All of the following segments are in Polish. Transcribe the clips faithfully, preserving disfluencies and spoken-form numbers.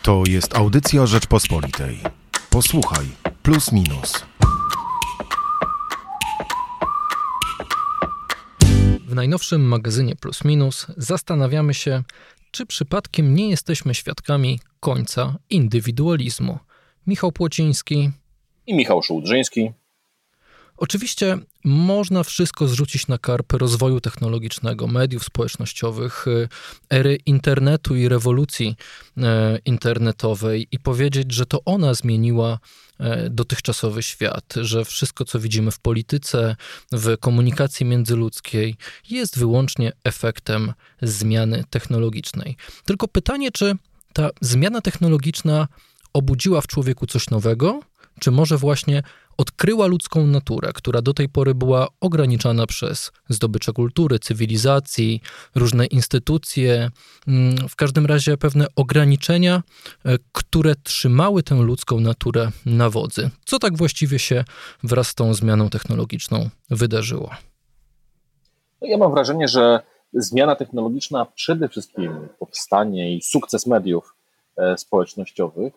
To jest audycja Rzeczpospolitej. Posłuchaj, plus minus. W najnowszym magazynie Plus Minus zastanawiamy się, czy przypadkiem nie jesteśmy świadkami końca indywidualizmu. Michał Płociński i Michał Szułdrzyński. Oczywiście można wszystko zrzucić na karp rozwoju technologicznego, mediów społecznościowych, ery internetu i rewolucji internetowej i powiedzieć, że to ona zmieniła dotychczasowy świat, że wszystko, co widzimy w polityce, w komunikacji międzyludzkiej, jest wyłącznie efektem zmiany technologicznej. Tylko pytanie, czy ta zmiana technologiczna obudziła w człowieku coś nowego, czy może właśnie odkryła ludzką naturę, która do tej pory była ograniczana przez zdobycze kultury, cywilizacji, różne instytucje, w każdym razie pewne ograniczenia, które trzymały tę ludzką naturę na wodzy. Co tak właściwie się wraz z tą zmianą technologiczną wydarzyło? Ja mam wrażenie, że zmiana technologiczna, przede wszystkim powstanie i sukces mediów społecznościowych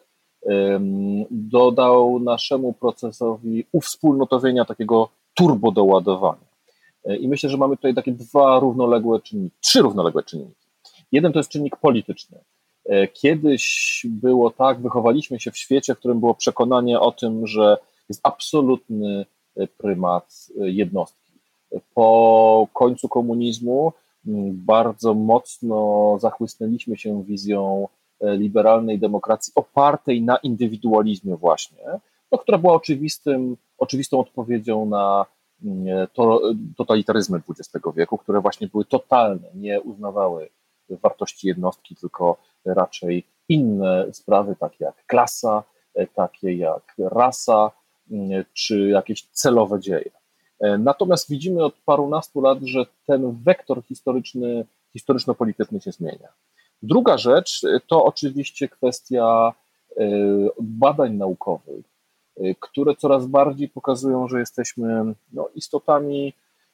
dodał naszemu procesowi uwspólnotowienia takiego turbodoładowania. I myślę, że mamy tutaj takie dwa równoległe czynniki, trzy równoległe czynniki. Jeden to jest czynnik polityczny. Kiedyś było tak, wychowaliśmy się w świecie, w którym było przekonanie o tym, że jest absolutny prymat jednostki. Po końcu komunizmu bardzo mocno zachłysnęliśmy się wizją liberalnej demokracji opartej na indywidualizmie właśnie, no, która była oczywistym, oczywistą odpowiedzią na to, totalitaryzmy dwudziestego wieku, które właśnie były totalne, nie uznawały wartości jednostki, tylko raczej inne sprawy, takie jak klasa, takie jak rasa, czy jakieś celowe dzieje. Natomiast widzimy od parunastu lat, że ten wektor historyczny, historyczno-polityczny się zmienia. Druga rzecz to oczywiście kwestia badań naukowych, które coraz bardziej pokazują, że jesteśmy no, istotami,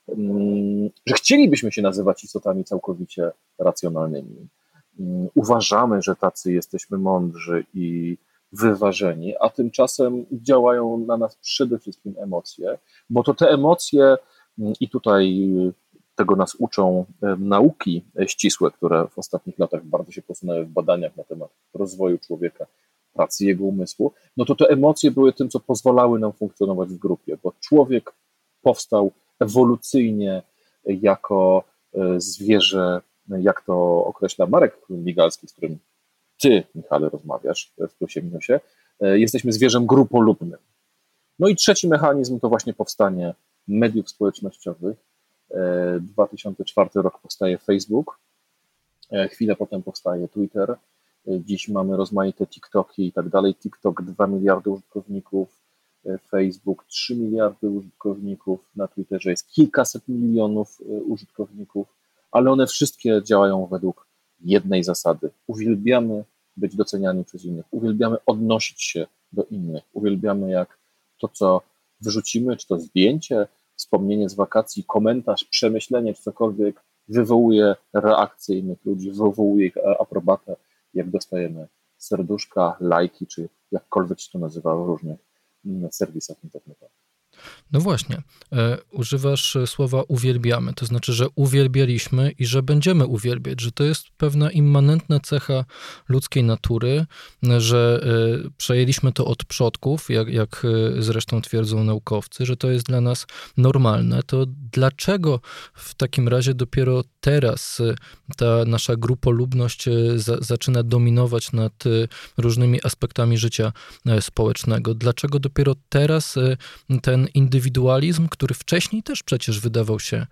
że chcielibyśmy się nazywać istotami całkowicie racjonalnymi. Uważamy, że tacy jesteśmy mądrzy i wyważeni, a tymczasem działają na nas przede wszystkim emocje, bo to te emocje i tutaj tego nas uczą nauki ścisłe, które w ostatnich latach bardzo się posunęły w badaniach na temat rozwoju człowieka, pracy jego umysłu, no to te emocje były tym, co pozwalały nam funkcjonować w grupie, bo człowiek powstał ewolucyjnie jako zwierzę, jak to określa Marek Migalski, z którym ty, Michale, rozmawiasz w Plusie Minusie, jesteśmy zwierzem grupolubnym. No i trzeci mechanizm to właśnie powstanie mediów społecznościowych. dwa tysiące czwarty rok powstaje Facebook, chwilę potem powstaje Twitter, dziś mamy rozmaite TikToki i tak dalej. TikTok dwa miliardy użytkowników, Facebook trzy miliardy użytkowników, na Twitterze jest kilkaset milionów użytkowników, ale one wszystkie działają według jednej zasady. Uwielbiamy być doceniani przez innych, uwielbiamy odnosić się do innych, uwielbiamy jak to, co wyrzucimy, czy to zdjęcie, wspomnienie z wakacji, komentarz, przemyślenie czy cokolwiek wywołuje reakcję innych ludzi, wywołuje ich aprobatę, jak dostajemy serduszka, lajki, czy jakkolwiek się to nazywa w różnych serwisach internetowych. No właśnie, e, używasz słowa uwielbiamy, to znaczy, że uwielbialiśmy i że będziemy uwielbiać, że to jest pewna immanentna cecha ludzkiej natury, że e, przejęliśmy to od przodków, jak, jak zresztą twierdzą naukowcy, że to jest dla nas normalne. To dlaczego w takim razie dopiero teraz ta nasza grupolubność za, zaczyna dominować nad różnymi aspektami życia społecznego? Dlaczego dopiero teraz ten indywidualizm, który wcześniej też przecież wydawał się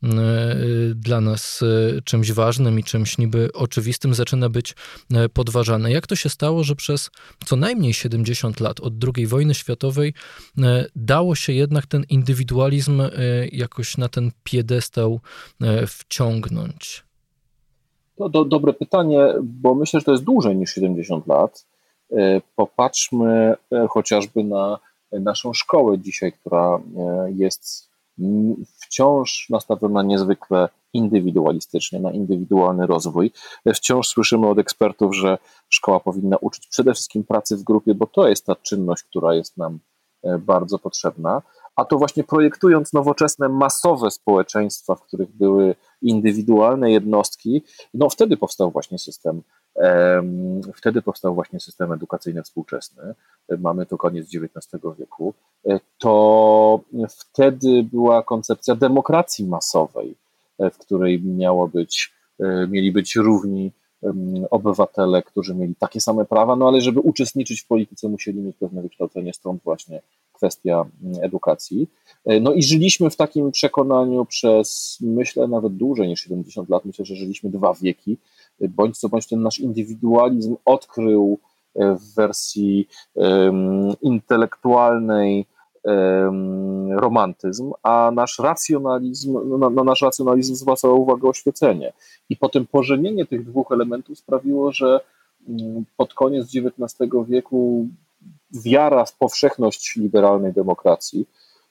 dla nas czymś ważnym i czymś niby oczywistym, zaczyna być podważany? Jak to się stało, że przez co najmniej siedemdziesiąt lat od drugiej wojny światowej dało się jednak ten indywidualizm jakoś na ten piedestał wciągnąć? To do, dobre pytanie, bo myślę, że to jest dłużej niż siedemdziesiąt lat. Popatrzmy chociażby na naszą szkołę dzisiaj, która jest wciąż nastawiona niezwykle indywidualistycznie, na indywidualny rozwój. Wciąż słyszymy od ekspertów, że szkoła powinna uczyć przede wszystkim pracy w grupie, bo to jest ta czynność, która jest nam bardzo potrzebna. A to właśnie projektując nowoczesne, masowe społeczeństwa, w których były indywidualne jednostki, no wtedy powstał właśnie system, um, wtedy powstał właśnie system edukacyjny współczesny. Mamy to koniec dziewiętnastego wieku. To wtedy była koncepcja demokracji masowej, w której miało być, mieli być równi obywatele, którzy mieli takie same prawa, no ale żeby uczestniczyć w polityce, musieli mieć pewne wykształcenie, stąd właśnie kwestia edukacji. No i żyliśmy w takim przekonaniu przez, myślę, nawet dłużej niż siedemdziesiąt lat, myślę, że żyliśmy dwa wieki, bądź co bądź ten nasz indywidualizm odkrył w wersji um, intelektualnej um, romantyzm, a nasz racjonalizm, no, no, nasz racjonalizm zwracał uwagę oświecenie. I potem pożenienie tych dwóch elementów sprawiło, że um, pod koniec dziewiętnastego wieku wiara w powszechność liberalnej demokracji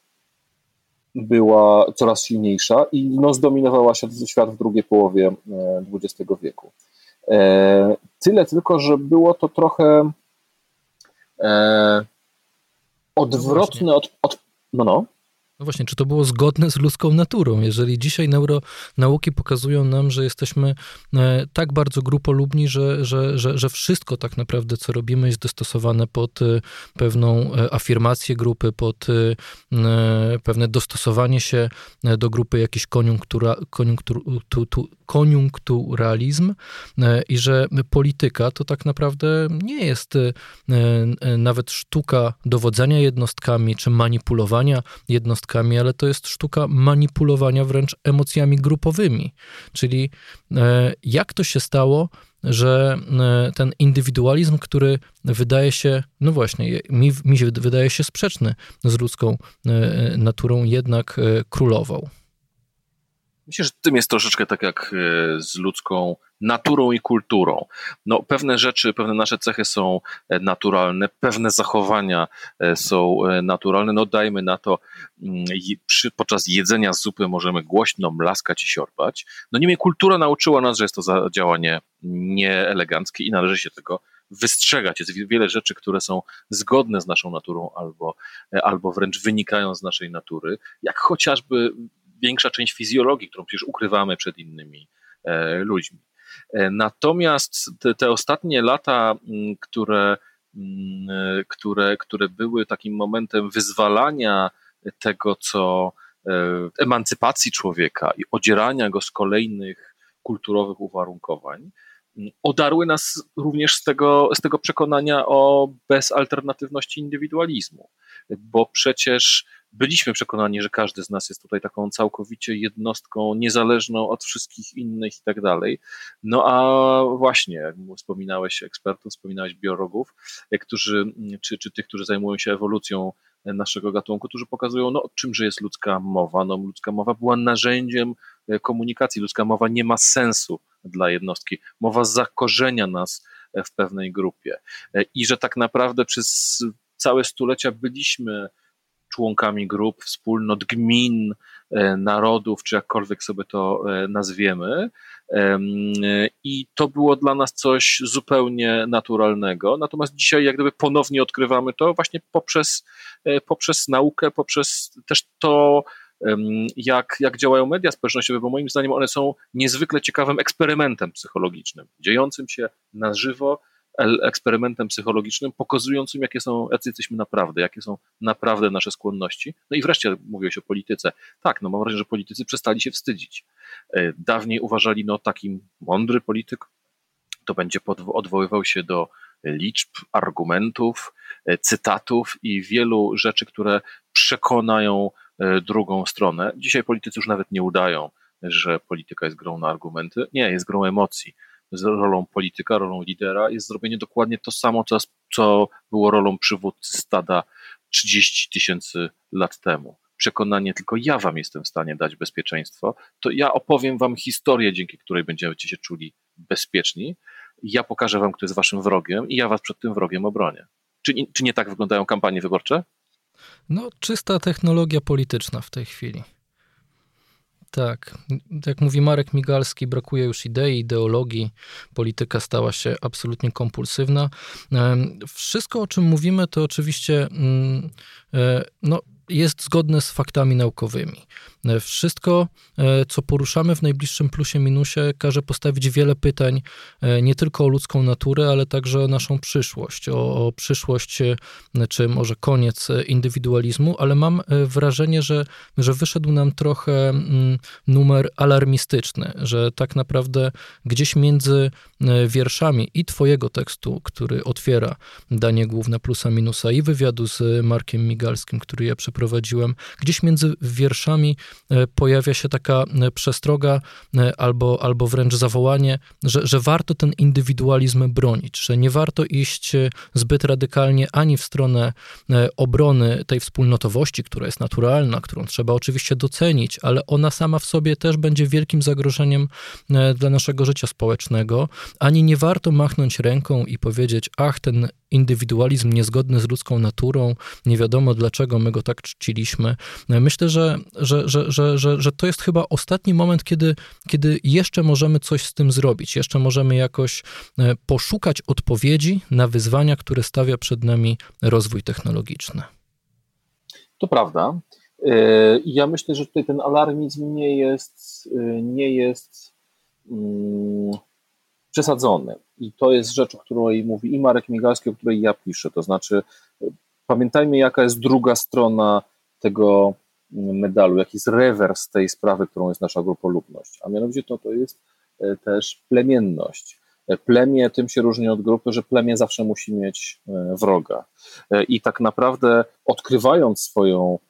była coraz silniejsza i no, zdominowała świat w drugiej połowie dwudziestego wieku. E, tyle tylko, że było to trochę e, odwrotne no od, od... No, no. No właśnie, czy to było zgodne z ludzką naturą? Jeżeli dzisiaj neuronauki pokazują nam, że jesteśmy tak bardzo grupolubni, że, że, że, że wszystko tak naprawdę, co robimy, jest dostosowane pod pewną afirmację grupy, pod pewne dostosowanie się do grupy, jakiś koniunktura, koniunktur, tu, tu, koniunkturalizm i że polityka to tak naprawdę nie jest nawet sztuka dowodzenia jednostkami, czy manipulowania jednostkami, ale to jest sztuka manipulowania wręcz emocjami grupowymi. Czyli jak to się stało, że ten indywidualizm, który wydaje się, no właśnie, mi, mi się wydaje się sprzeczny z ludzką naturą, jednak królował. Myślę, że tym jest troszeczkę tak jak z ludzką naturą i kulturą. No, pewne rzeczy, pewne nasze cechy są naturalne, pewne zachowania są naturalne. No dajmy na to, przy, podczas jedzenia zupy możemy głośno mlaskać i siorbać. No niemniej kultura nauczyła nas, że jest to działanie nieeleganckie i należy się tego wystrzegać. Jest wiele rzeczy, które są zgodne z naszą naturą albo, albo wręcz wynikają z naszej natury, jak chociażby większa część fizjologii, którą przecież ukrywamy przed innymi e, ludźmi. E, natomiast te, te ostatnie lata, m, które, m, które, które były takim momentem wyzwalania tego, co e, emancypacji człowieka i odzierania go z kolejnych kulturowych uwarunkowań, odarły nas również z tego, z tego przekonania o bezalternatywności indywidualizmu, bo przecież byliśmy przekonani, że każdy z nas jest tutaj taką całkowicie jednostką, niezależną od wszystkich innych i tak dalej. No a właśnie, jak wspominałeś ekspertów, wspominałeś biologów, którzy, czy, czy tych, którzy zajmują się ewolucją naszego gatunku, którzy pokazują, no czymże jest ludzka mowa. No, ludzka mowa była narzędziem komunikacji. Ludzka mowa nie ma sensu dla jednostki. Mowa zakorzenia nas w pewnej grupie. I że tak naprawdę przez całe stulecia byliśmy członkami grup, wspólnot, gmin, narodów, czy jakkolwiek sobie to nazwiemy. I to było dla nas coś zupełnie naturalnego. Natomiast dzisiaj jak gdyby ponownie odkrywamy to właśnie poprzez, poprzez naukę, poprzez też to, jak, jak działają media społecznościowe, bo moim zdaniem one są niezwykle ciekawym eksperymentem psychologicznym, dziejącym się na żywo, eksperymentem psychologicznym, pokazującym, jakie są, jacy jesteśmy naprawdę, jakie są naprawdę nasze skłonności. No i wreszcie mówiłeś o polityce. Tak, no mam wrażenie, że politycy przestali się wstydzić. Dawniej uważali, no taki mądry polityk to będzie podwo- odwoływał się do liczb, argumentów, cytatów i wielu rzeczy, które przekonają drugą stronę. Dzisiaj politycy już nawet nie udają, że polityka jest grą na argumenty. Nie, jest grą emocji. Z rolą polityka, rolą lidera jest zrobienie dokładnie to samo, co, co było rolą przywódcy stada trzydzieści tysięcy lat temu. Przekonanie, tylko ja wam jestem w stanie dać bezpieczeństwo, to ja opowiem wam historię, dzięki której będziecie się czuli bezpieczni. Ja pokażę wam, kto jest waszym wrogiem i ja was przed tym wrogiem obronię. Czy, czy nie tak wyglądają kampanie wyborcze? No, czysta technologia polityczna w tej chwili. Tak. Jak mówi Marek Migalski, brakuje już idei, ideologii. Polityka stała się absolutnie kompulsywna. Wszystko, o czym mówimy, to oczywiście no, jest zgodne z faktami naukowymi. Wszystko, co poruszamy w najbliższym plusie minusie, każe postawić wiele pytań nie tylko o ludzką naturę, ale także o naszą przyszłość, o, o przyszłość, czy może koniec indywidualizmu, ale mam wrażenie, że, że wyszedł nam trochę numer alarmistyczny, że tak naprawdę gdzieś między wierszami i twojego tekstu, który otwiera danie główne plusa minusa, i wywiadu z Markiem Migalskim, który ja przeprowadziłem, gdzieś między wierszami pojawia się taka przestroga albo, albo wręcz zawołanie, że, że warto ten indywidualizm bronić, że nie warto iść zbyt radykalnie ani w stronę obrony tej wspólnotowości, która jest naturalna, którą trzeba oczywiście docenić, ale ona sama w sobie też będzie wielkim zagrożeniem dla naszego życia społecznego, ani nie warto machnąć ręką i powiedzieć, ach, ten indywidualizm niezgodny z ludzką naturą, nie wiadomo dlaczego my go tak czciliśmy. Myślę, że, że, że, że, że, że to jest chyba ostatni moment, kiedy, kiedy jeszcze możemy coś z tym zrobić, jeszcze możemy jakoś poszukać odpowiedzi na wyzwania, które stawia przed nami rozwój technologiczny. To prawda. Ja myślę, że tutaj ten alarmizm nie jest, nie jest um, przesadzony. I to jest rzecz, o której mówi i Marek Migalski, o której ja piszę. To znaczy, pamiętajmy, jaka jest druga strona tego medalu, jaki jest rewers tej sprawy, którą jest nasza grupolubność. A mianowicie to, to jest też plemienność. Plemię tym się różni od grupy, że plemię zawsze musi mieć wroga. I tak naprawdę odkrywając swoją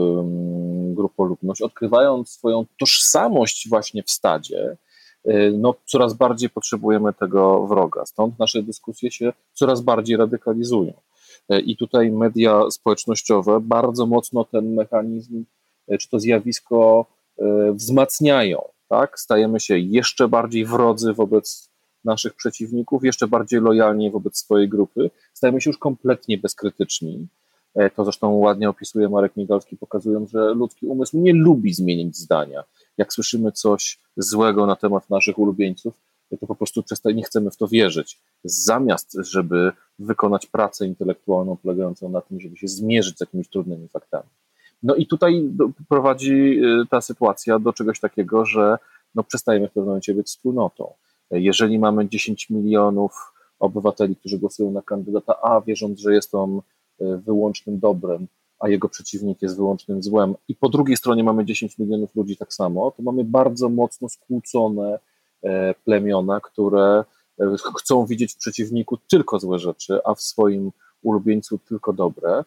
um, grupolubność, odkrywając swoją tożsamość właśnie w stadzie, no coraz bardziej potrzebujemy tego wroga. Stąd nasze dyskusje się coraz bardziej radykalizują. I tutaj media społecznościowe bardzo mocno ten mechanizm, czy to zjawisko wzmacniają. Tak? Stajemy się jeszcze bardziej wrodzy wobec naszych przeciwników, jeszcze bardziej lojalni wobec swojej grupy. Stajemy się już kompletnie bezkrytyczni. To zresztą ładnie opisuje Marek Migalski, pokazując, że ludzki umysł nie lubi zmienić zdania. Jak słyszymy coś złego na temat naszych ulubieńców, to po prostu często nie chcemy w to wierzyć. Zamiast, żeby wykonać pracę intelektualną polegającą na tym, żeby się zmierzyć z jakimiś trudnymi faktami. No i tutaj prowadzi ta sytuacja do czegoś takiego, że no przestajemy w pewnym momencie być wspólnotą. Jeżeli mamy dziesięć milionów obywateli, którzy głosują na kandydata A, wierząc, że jest on wyłącznym dobrem, a jego przeciwnik jest wyłącznym złem, i po drugiej stronie mamy dziesięć milionów ludzi tak samo, to mamy bardzo mocno skłócone plemiona, które chcą widzieć w przeciwniku tylko złe rzeczy, a w swoim ulubieńcu tylko dobre.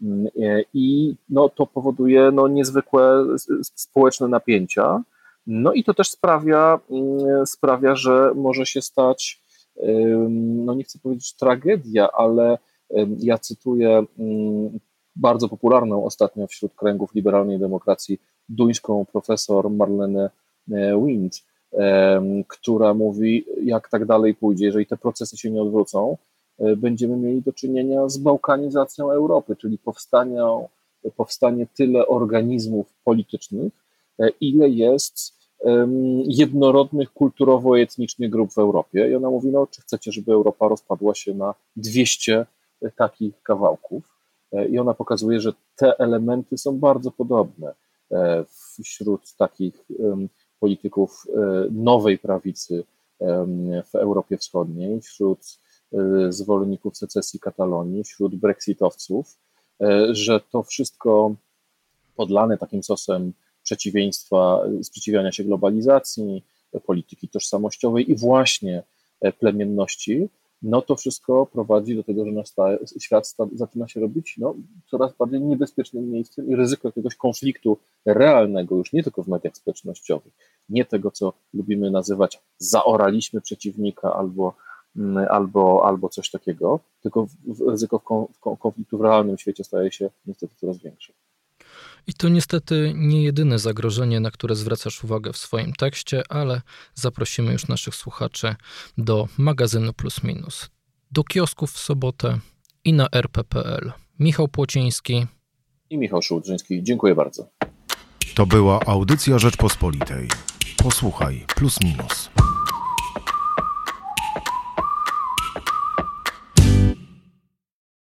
I no, to powoduje no, niezwykłe społeczne napięcia. No i to też sprawia, sprawia, że może się stać, no nie chcę powiedzieć tragedia, ale ja cytuję bardzo popularną ostatnio wśród kręgów liberalnej demokracji duńską profesor Marlene Wind, która mówi, jak tak dalej pójdzie, jeżeli te procesy się nie odwrócą, będziemy mieli do czynienia z bałkanizacją Europy, czyli powstanią, powstanie tyle organizmów politycznych, ile jest jednorodnych kulturowo-etnicznych grup w Europie. I ona mówi, no czy chcecie, żeby Europa rozpadła się na dwieście takich kawałków. I ona pokazuje, że te elementy są bardzo podobne wśród takich polityków nowej prawicy w Europie Wschodniej, wśród zwolenników secesji Katalonii, wśród brexitowców, że to wszystko podlane takim sosem przeciwieństwa, sprzeciwiania się globalizacji, polityki tożsamościowej i właśnie plemienności, no to wszystko prowadzi do tego, że nasz świat zaczyna się robić no, coraz bardziej niebezpiecznym miejscem i ryzyko jakiegoś konfliktu realnego, już nie tylko w mediach społecznościowych, nie tego, co lubimy nazywać zaoraliśmy przeciwnika albo, albo, albo coś takiego, tylko ryzyko konfliktu w realnym świecie staje się niestety coraz większe. I to niestety nie jedyne zagrożenie, na które zwracasz uwagę w swoim tekście, ale zaprosimy już naszych słuchaczy do magazynu Plus Minus, do kiosków w sobotę i na er pe kropka pe el. Michał Płociński i Michał Szułdrzyński. Dziękuję bardzo. To była audycja Rzeczpospolitej. Posłuchaj, plus minus.